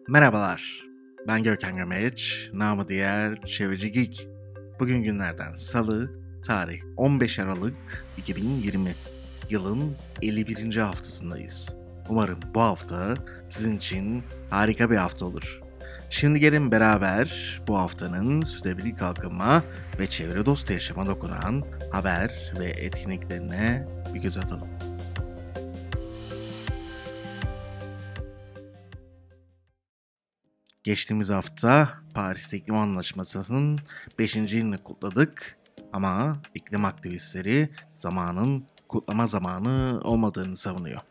Merhabalar, ben Görkem Gömeç, namı diğer Çevreci Geek. Bugün günlerden Salı, tarih 15 Aralık 2020, yılın 51. haftasındayız. Umarım bu hafta sizin için harika bir hafta olur. Şimdi gelin beraber bu haftanın sürdürülebilir kalkınma ve çevre dostu yaşama dokunan haber ve etkinliklerine bir göz atalım. Geçtiğimiz hafta Paris İklim Anlaşması'nın 5. yılını kutladık ama iklim aktivistleri zamanın kutlama zamanı olmadığını savunuyor.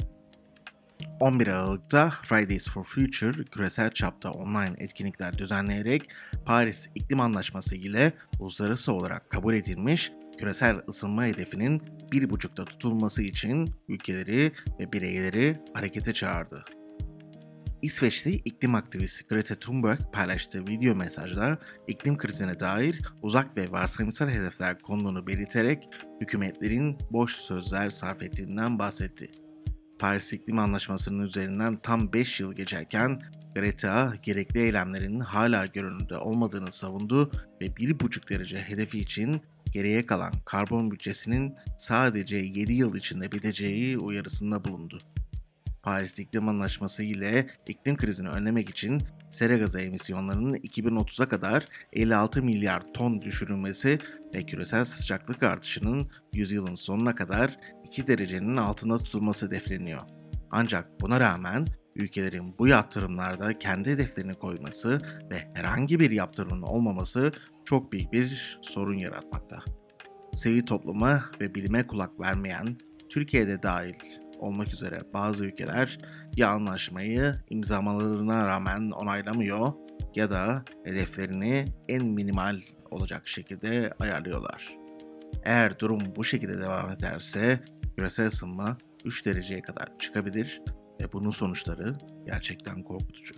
11 Aralık'ta Fridays for Future küresel çapta online etkinlikler düzenleyerek Paris İklim Anlaşması ile uluslararası olarak kabul edilmiş küresel ısınma hedefinin 1,5'ta tutulması için ülkeleri ve bireyleri harekete çağırdı. İsveçli iklim aktivisti Greta Thunberg paylaştığı video mesajda iklim krizine dair uzak ve varsayımsal hedefler konduğunu belirterek hükümetlerin boş sözler sarf ettiğinden bahsetti. Paris İklim Anlaşması'nın üzerinden tam 5 yıl geçerken Greta gerekli eylemlerin hala görünürde olmadığını savundu ve 1,5 derece hedefi için geriye kalan karbon bütçesinin sadece 7 yıl içinde biteceği uyarısında bulundu. Paris İklim Anlaşması ile iklim krizini önlemek için sera gazı emisyonlarının 2030'a kadar 56 milyar ton düşürülmesi ve küresel sıcaklık artışının yüzyılın sonuna kadar 2 derecenin altında tutulması hedefleniyor. Ancak buna rağmen ülkelerin bu yatırımlarda kendi hedeflerini koyması ve herhangi bir yaptırımın olmaması çok büyük bir sorun yaratmakta. Sivil topluma ve bilime kulak vermeyen, Türkiye'de dahil olmak üzere bazı ülkeler ya anlaşmayı imzalamalarına rağmen onaylamıyor ya da hedeflerini en minimal olacak şekilde ayarlıyorlar. Eğer durum bu şekilde devam ederse küresel ısınma 3 dereceye kadar çıkabilir ve bunun sonuçları gerçekten korkutucu.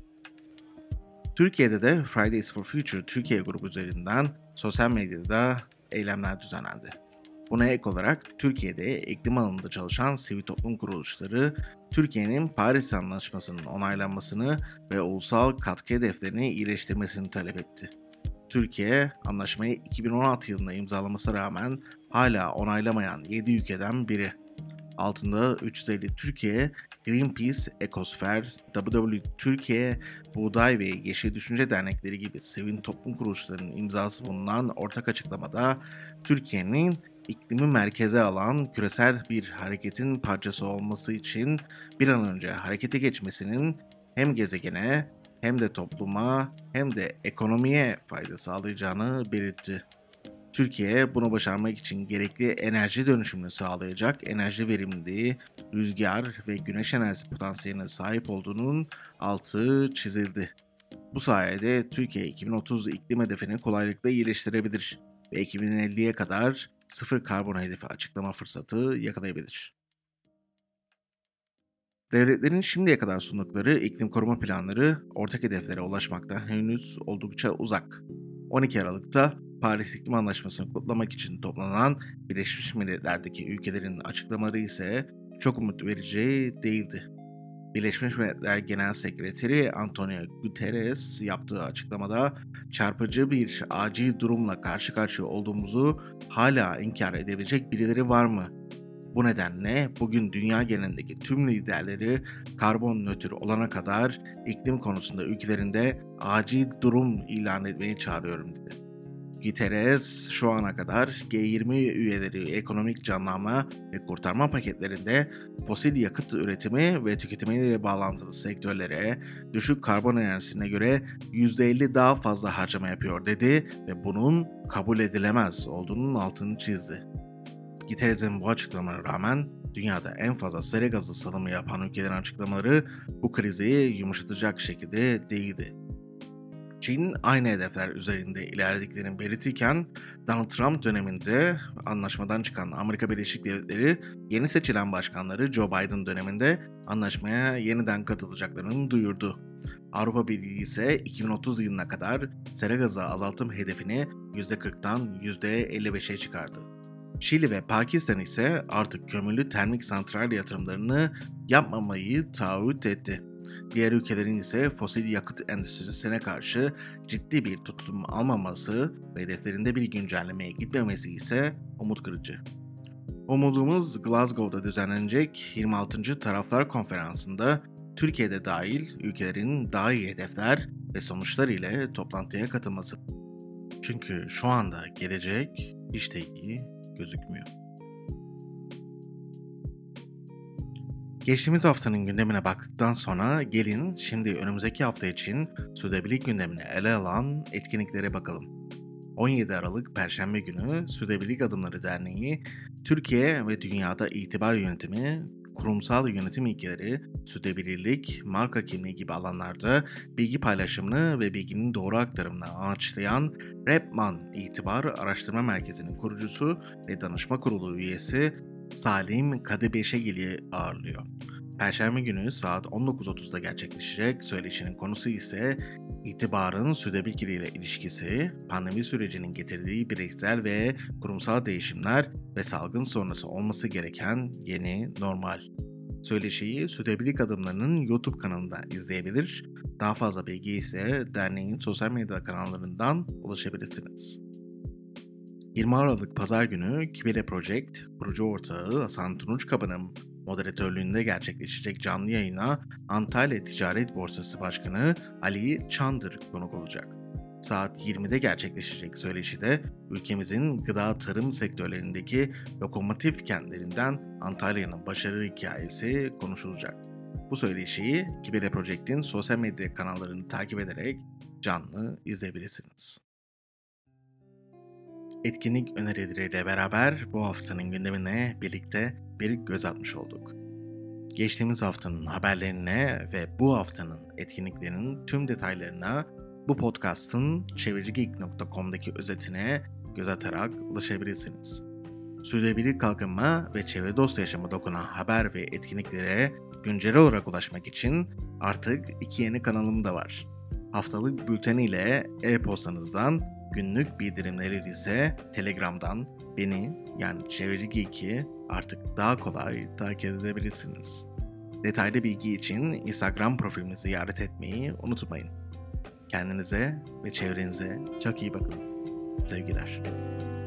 Türkiye'de de Fridays for Future Türkiye grubu üzerinden sosyal medyada eylemler düzenlendi. Buna ek olarak Türkiye'de iklim alanında çalışan sivil toplum kuruluşları Türkiye'nin Paris Anlaşması'nın onaylanmasını ve ulusal katkı hedeflerini iyileştirmesini talep etti. Türkiye, anlaşmayı 2016 yılında imzalamasına rağmen hala onaylamayan 7 ülkeden biri. Altında 350 Türkiye, Greenpeace, Ekosfer, WWF Türkiye, Buğday ve Yeşil Düşünce Dernekleri gibi sivil toplum kuruluşlarının imzası bulunan ortak açıklamada Türkiye'nin iklimi merkeze alan küresel bir hareketin parçası olması için bir an önce harekete geçmesinin hem gezegene hem de topluma hem de ekonomiye fayda sağlayacağını belirtti. Türkiye bunu başarmak için gerekli enerji dönüşümünü sağlayacak enerji verimliliği, rüzgar ve güneş enerjisi potansiyeline sahip olduğunun altı çizildi. Bu sayede Türkiye 2030 iklim hedefini kolaylıkla iyileştirebilir ve 2050'ye kadar sıfır karbon hedefi açıklama fırsatı yakalayabilir. Devletlerin şimdiye kadar sundukları iklim koruma planları ortak hedeflere ulaşmaktan henüz oldukça uzak. 12 Aralık'ta Paris İklim Anlaşması'nı kutlamak için toplanan Birleşmiş Milletler'deki ülkelerin açıklamaları ise çok umut verici değildi. Birleşmiş Milletler Genel Sekreteri Antonio Guterres yaptığı açıklamada çarpıcı bir acil durumla karşı karşıya olduğumuzu hala inkar edebilecek birileri var mı? Bu nedenle bugün dünya genelindeki tüm liderleri karbon nötr olana kadar iklim konusunda ülkelerinde acil durum ilan etmeyi çağırıyorum dedi. Guterres şu ana kadar G20 üyeleri ekonomik canlanma ve kurtarma paketlerinde fosil yakıt üretimi ve tüketimiyle bağlantılı sektörlere düşük karbon enerjisine göre %50 daha fazla harcama yapıyor dedi ve bunun kabul edilemez olduğunun altını çizdi. Guterres'in bu açıklamalara rağmen dünyada en fazla sera gazı salımı yapan ülkelerin açıklamaları bu krizi yumuşatacak şekilde değildi. Çin aynı hedefler üzerinde ilerlediklerini belirtirken Donald Trump döneminde anlaşmadan çıkan Amerika Birleşik Devletleri yeni seçilen başkanları Joe Biden döneminde anlaşmaya yeniden katılacaklarını duyurdu. Avrupa Birliği ise 2030 yılına kadar sera gazı azaltım hedefini %40'tan %55'e çıkardı. Şili ve Pakistan ise artık kömürlü termik santral yatırımlarını yapmamayı taahhüt etti. Diğer ülkelerin ise fosil yakıt endüstrisine karşı ciddi bir tutum almaması ve hedeflerinde bir güncellemeye gitmemesi ise umut kırıcı. Umudumuz Glasgow'da düzenlenecek 26. Taraflar Konferansı'nda Türkiye'de dahil ülkelerin daha iyi hedefler ve sonuçlar ile toplantıya katılması. Çünkü şu anda gelecek hiç de iyi gözükmüyor. Geçtiğimiz haftanın gündemine baktıktan sonra gelin şimdi önümüzdeki hafta için sürdürülebilirlik gündemini ele alan etkinliklere bakalım. 17 Aralık Perşembe günü Sürdürülebilirlik Adımları Derneği, Türkiye ve dünyada itibar yönetimi, kurumsal yönetim ilkeleri, sürdürülebilirlik, marka kimliği gibi alanlarda bilgi paylaşımını ve bilginin doğru aktarımını amaçlayan Repman İtibar Araştırma Merkezi'nin kurucusu ve danışma kurulu üyesi Salim Kadıbeşegil'i ağırlıyor. Perşembe günü saat 19.30'da gerçekleşecek söyleşinin konusu ise itibarın sürdürülebilirlik ile ilişkisi, pandemi sürecinin getirdiği bireysel ve kurumsal değişimler ve salgın sonrası olması gereken yeni normal. Söyleşiyi Sürdürülebilirlik Adımları'nın YouTube kanalından izleyebilir, daha fazla bilgi ise derneğin sosyal medya kanallarından ulaşabilirsiniz. 20 Aralık Pazar günü Kibele Project kurucu ortağı Hasan Tunçkapı'nın moderatörlüğünde gerçekleşecek canlı yayına Antalya Ticaret Borsası Başkanı Ali Çandır konuk olacak. Saat 20'de gerçekleşecek söyleşide ülkemizin gıda tarım sektörlerindeki lokomotif kentlerinden Antalya'nın başarı hikayesi konuşulacak. Bu söyleşiyi Kibele Project'in sosyal medya kanallarını takip ederek canlı izleyebilirsiniz. Etkinlik önerileriyle beraber bu haftanın gündemine birlikte bir göz atmış olduk. Geçtiğimiz haftanın haberlerine ve bu haftanın etkinliklerinin tüm detaylarına bu podcast'ın çeviricigeek.com'daki özetine göz atarak ulaşabilirsiniz. Sürdürülebilir kalkınma ve çevre dostu yaşama dokunan haber ve etkinliklere güncel olarak ulaşmak için artık 2 yeni kanalım da var. Haftalık bülten ile e-postanızdan, günlük bildirimleri ise Telegram'dan beni yani Çevirici Geek'i artık daha kolay takip edebilirsiniz. Detaylı bilgi için Instagram profilimi ziyaret etmeyi unutmayın. Kendinize ve çevrenize çok iyi bakın. Sevgiler.